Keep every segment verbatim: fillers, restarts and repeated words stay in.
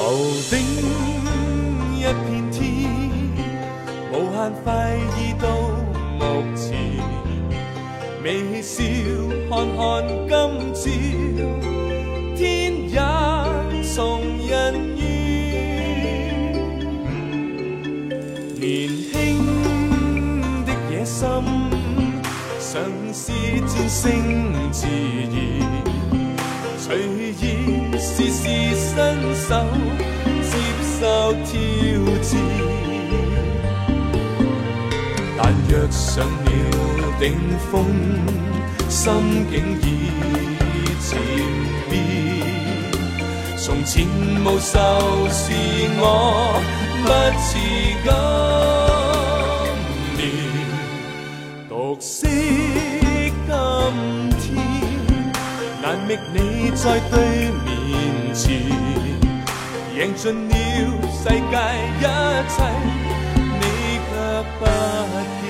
定一片天，無限快意到目前，微笑看看今朝，天也從人願。年輕的野心，嘗試戰勝自然，隨意試試伸手，接受挑戰。但若上了頂峰，心境已漸變。從前無愁是我不似今年，獨惜今天，難覓你在對面前，贏盡了世界一切，你卻不見。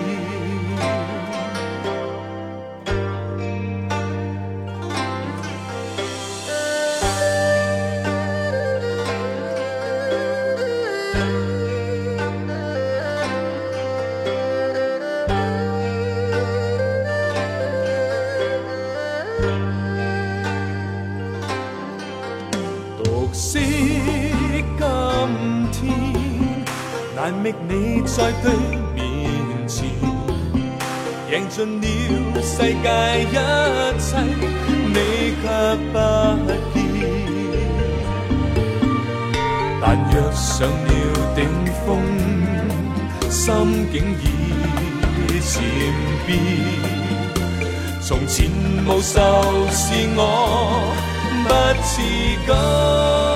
難覓你在對面前，贏盡了世界一切，你卻不見。但若上了頂峰，心境已漸變。從前無愁是我不似今。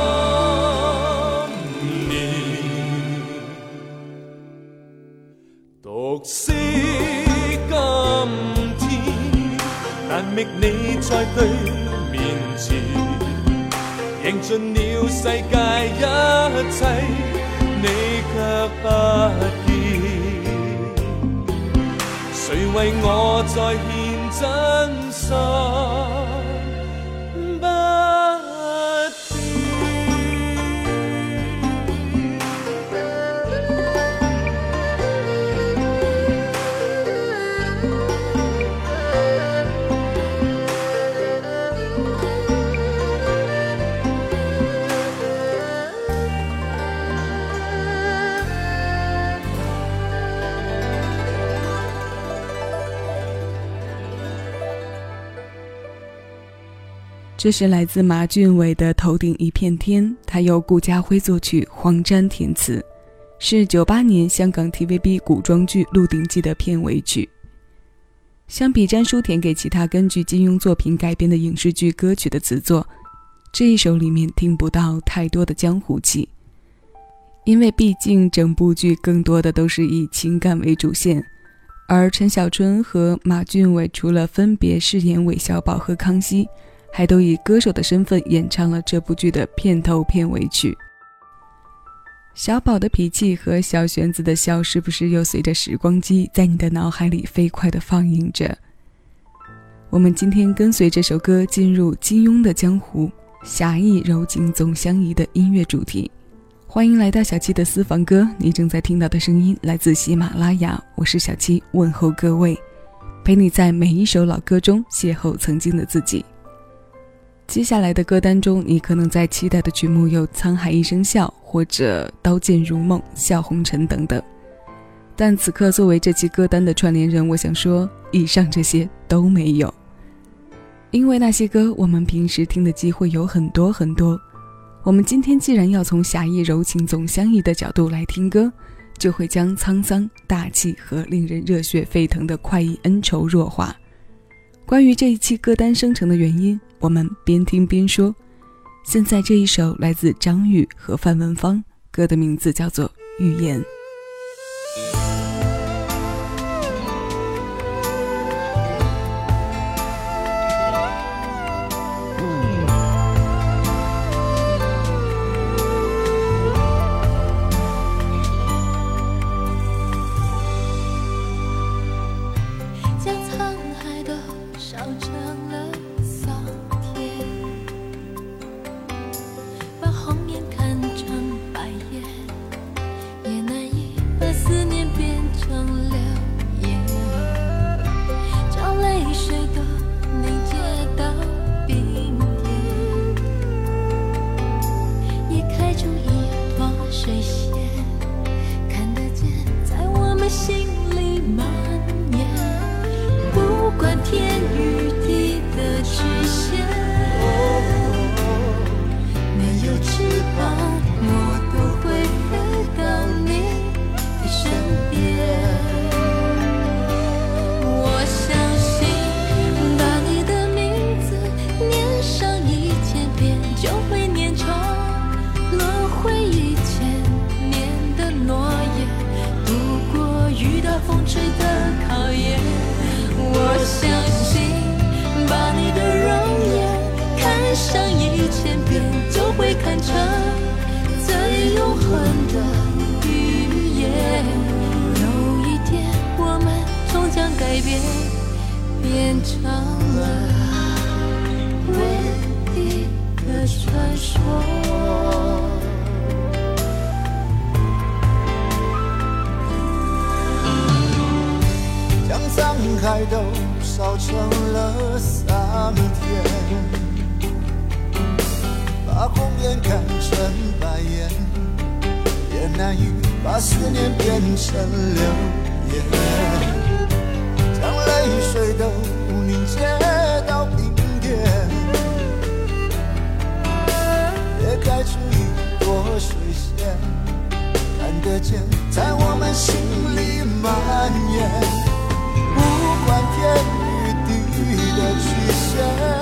獨惜今天，難覓你在對面前，贏盡了世界一切，你卻不見。誰為我再獻真心？ 这是来自马俊伟的《头顶一片天》，他由顾嘉辉作曲，黄沾填词，是九八年香港 T V B 古装剧《鹿鼎记》的片尾曲。相比詹书填给其他根据金庸作品改编的影视剧歌曲的词作，这一首里面听不到太多的江湖气，因为毕竟整部剧更多的都是以情感为主线，而陈小春和马俊伟除了分别饰演韦小宝和康熙，还都以歌手的身份演唱了这部剧的片头片尾曲。小宝的脾气和小玄子的笑是不是又随着时光机在你的脑海里飞快地放映着？我们今天跟随这首歌进入金庸的江湖，侠义柔情总相宜的音乐主题。欢迎来到小七的私房歌，你正在听到的声音来自喜马拉雅，我是小七，问候各位，陪你在每一首老歌中邂逅曾经的自己。接下来的歌单中，你可能在期待的曲目有《沧海一声笑》或者《刀剑如梦》、《笑红尘》等等，但此刻作为这期歌单的串联人，我想说以上这些都没有，因为那些歌我们平时听的机会有很多很多。我们今天既然要从侠义柔情总相宜的角度来听歌，就会将沧桑、大气和令人热血沸腾的快意恩仇弱化。关于这一期歌单生成的原因，我们边听边说。现在这一首来自张宇和范文芳，歌的名字叫做《预言》。 把红颜看大风吹的考验。我相信把你的容颜看上一千遍，就会看成最永恒的语言。有一天我们终将改变，变成了唯一的传说。 将沧海都烧成了桑田，把红颜看成白颜，也难以把思念变成流言。将泪水都凝结到冰点，也开出一朵水仙，看得见在我们心里蔓延。不管天与地的曲线，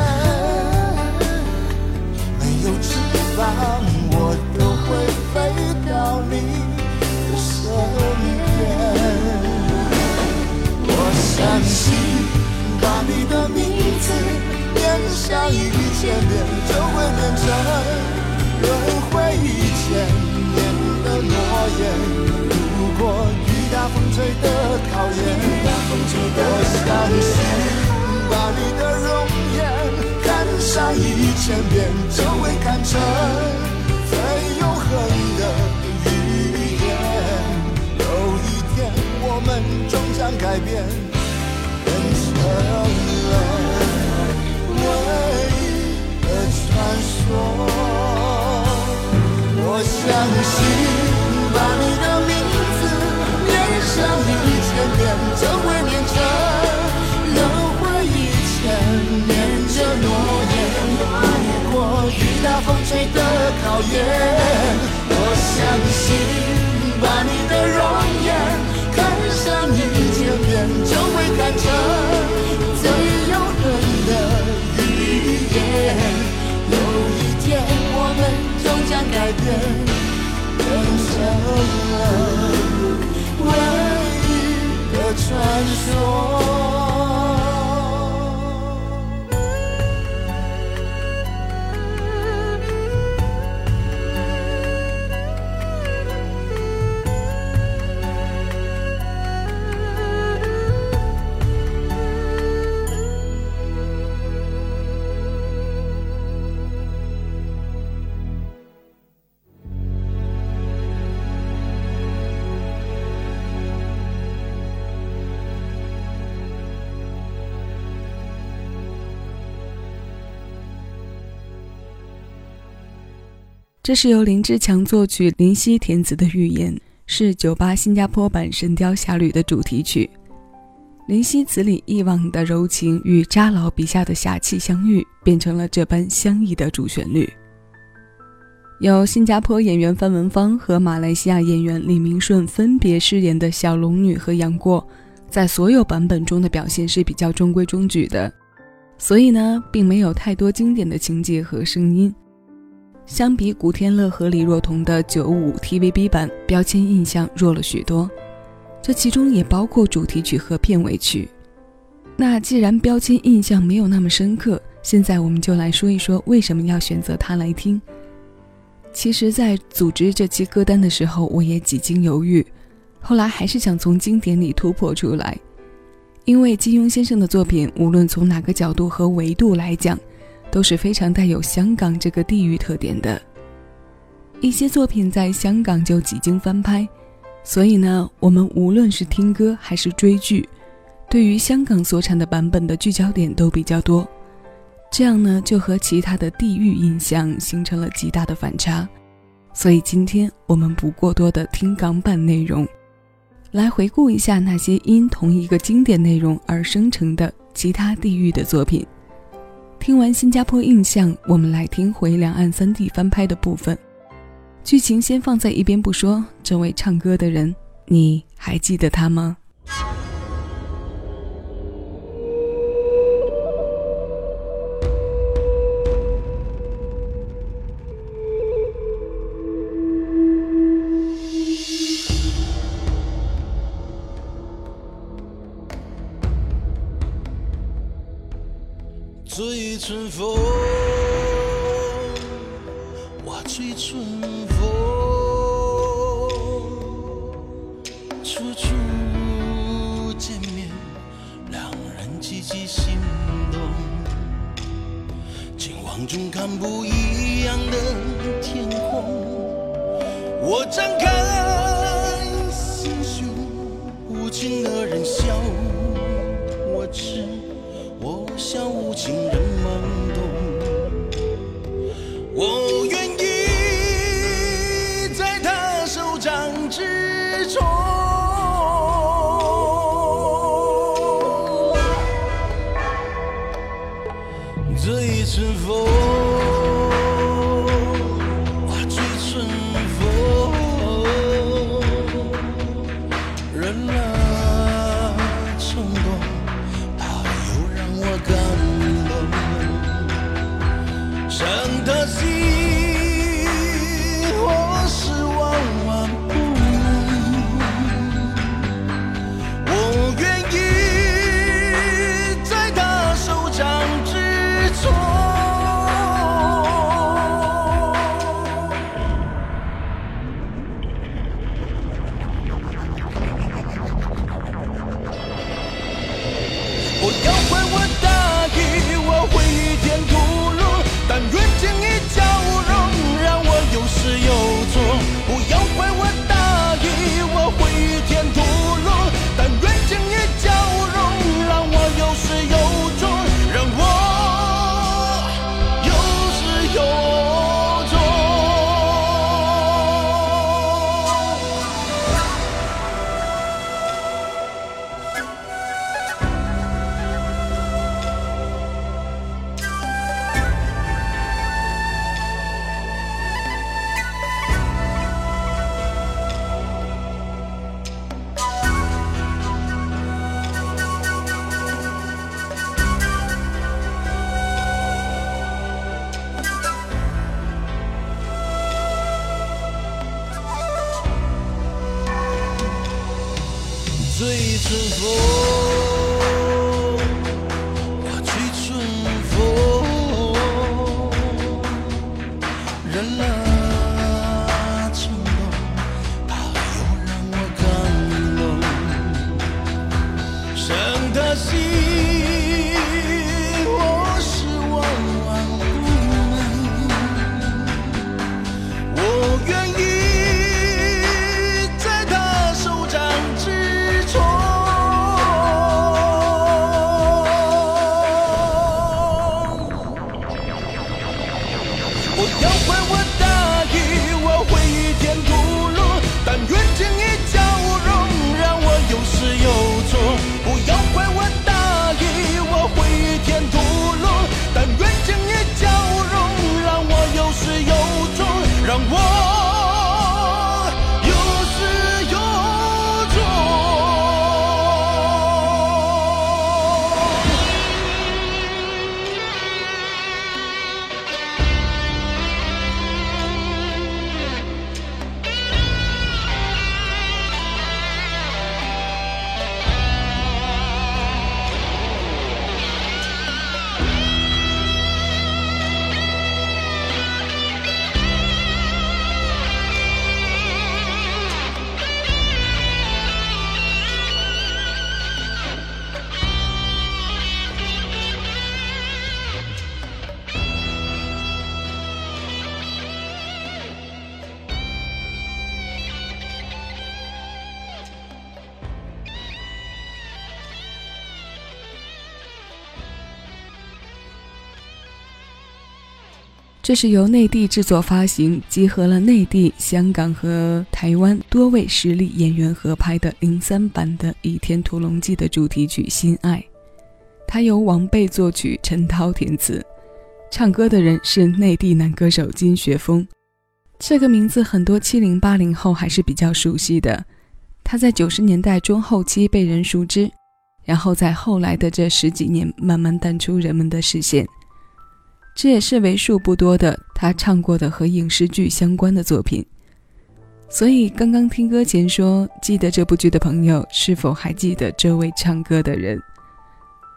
没有翅膀我都会飞到你的身边。我相信把你的名字念上一千遍，就会变成轮回一千年的诺言。如果雨大风吹的考验，我相信把你的容颜看上一千遍，就会看成最永恒的语言。有一天我们终将改变，变成了唯一的传说。我相信把你的名字念上一千遍，就会变成轮回一千年的诺言。如果雨大风吹的考验，我相信把你的容颜看上一千遍，就会看成最永恒的语言。有一天我们终将改变，变成了唯一的传说。 这是由林志强作曲、林夕填词的《预言》，是九八新加坡版《神雕侠侣》的主题曲。林夕词里一往的柔情与扎老笔下的侠气相遇，变成了这般相异的主旋律。由新加坡演员范文芳和马来西亚演员李明顺分别饰演的小龙女和杨过，在所有版本中的表现是比较中规中矩的，所以呢，并没有太多经典的情节和声音。相比古天乐和李若彤的九五 T V B 版，标签印象弱了许多，这其中也包括主题曲和片尾曲。那既然标签印象没有那么深刻，现在我们就来说一说为什么要选择它来听。其实在组织这期歌单的时候，我也几经犹豫，后来还是想从经典里突破出来。因为金庸先生的作品无论从哪个角度和维度来讲，都是非常带有香港这个地域特点的。一些作品在香港就几经翻拍，所以呢，我们无论是听歌还是追剧，对于香港所产的版本的聚焦点都比较多，这样呢，就和其他的地域印象形成了极大的反差。所以今天我们不过多的听港版内容，来回顾一下那些因同一个经典内容而生成的其他地域的作品。听完新加坡印象，我们来听回两岸三地翻拍的部分。剧情先放在一边不说，这位唱歌的人，你还记得他吗？ 春风，我吹春风，处处见面，两人积极心动。近望中看不一样的天空，我张开心胸，无情的人笑我痴，我笑无情人懵懂。我愿意在他手掌之中，这一春风，我吹春风，人啊冲动，他又让我感动，伤的心我是万万不能，我愿意在他手掌之中。不要怪我大意，我会与天吐露，但愿经一交融，让我有始有终。不要怪我大意，我会与天吐露，但愿经一交融，让我有始有终，让我有始有终。这一春风，我吹春风，人啊冲动，他又让我感动，伤的心我是万万不能，我愿意在他手掌之中。不要怪我大意，我会与天吐露，但愿经一交融，让我有始有终。不要怪我大意，我会与天吐露，但愿经一交融，让我有始有终，让我有始有终。 这是由内地制作发行，集合了内地、香港和台湾多位实力演员合拍的零三版的《倚天屠龙记》的主题曲《心爱》，它由王贝作曲，陈涛填词，唱歌的人是内地男歌手金学峰。这个名字很多七零八零后还是比较熟悉的，他在九十年代中后期被人熟知，然后在后来的这十几年慢慢淡出人们的视线。这也是为数不多的他唱过的和影视剧相关的作品。所以刚刚听歌前说记得这部剧的朋友，是否还记得这位唱歌的人？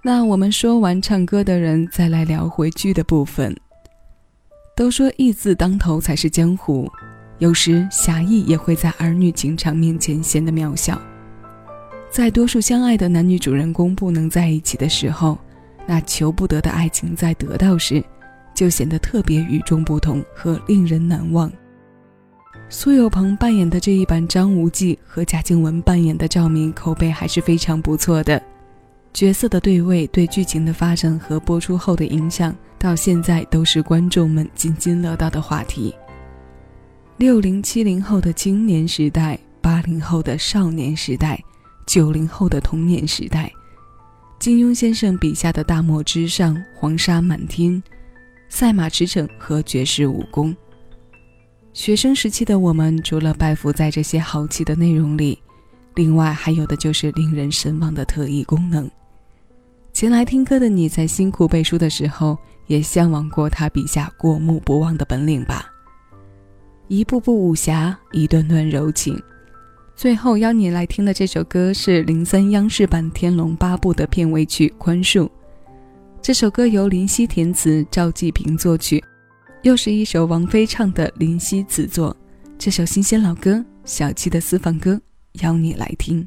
那我们说完唱歌的人，再来聊回剧的部分。都说义字当头才是江湖，有时侠义也会在儿女情长面前显得渺小。在多数相爱的男女主人公不能在一起的时候，那求不得的爱情在得到时，就显得特别与众不同和令人难忘。苏有朋扮演的这一版张无忌和贾静雯扮演的赵敏口碑还是非常不错的，角色的对位对剧情的发展和播出后的影响，到现在都是观众们津津乐道的话题。六零七零后的青年时代，八零后的少年时代，九零后的童年时代，金庸先生笔下的大漠之上，黄沙满天，赛马驰骋和绝世武功。学生时期的我们，除了拜服在这些豪气的内容里，另外还有的就是令人神往的特异功能。前来听歌的你，在辛苦背书的时候，也向往过他笔下过目不忘的本领吧。一步步武侠，一段段柔情。最后邀你来听的这首歌是零三央视版《天龙八部》的片尾曲《宽恕》。这首歌由林夕填词，赵季平作曲，又是一首王菲唱的林夕词作。这首新鲜老歌，小七的私房歌，邀你来听。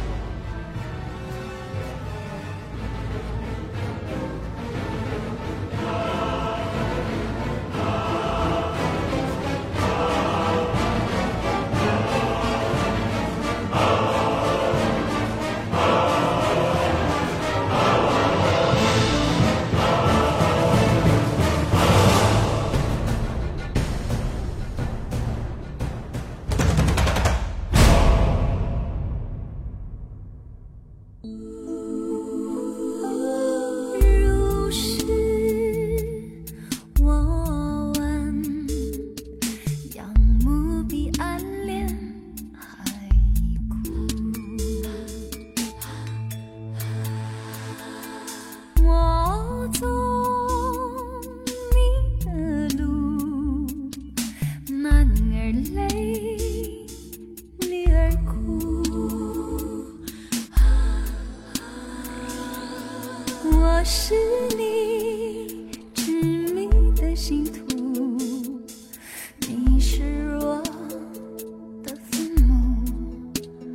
我是你执迷的信徒，你是我的父母，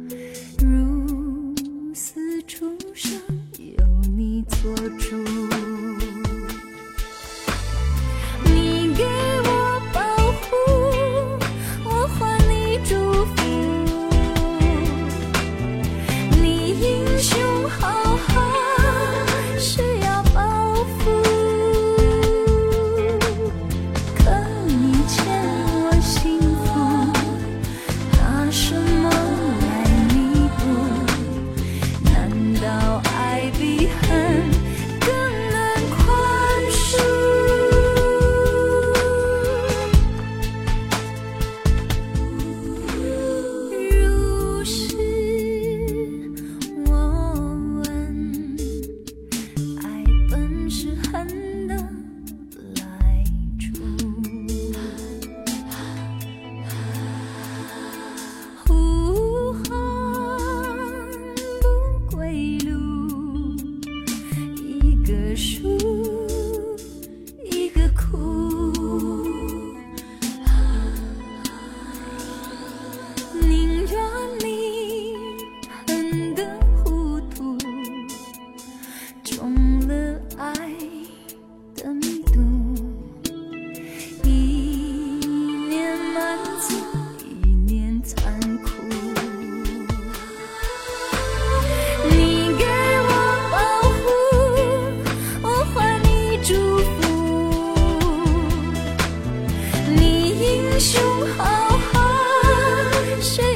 如此出生由你做主。你给我保护，我还你祝福，你英雄好汉英雄好汉，谁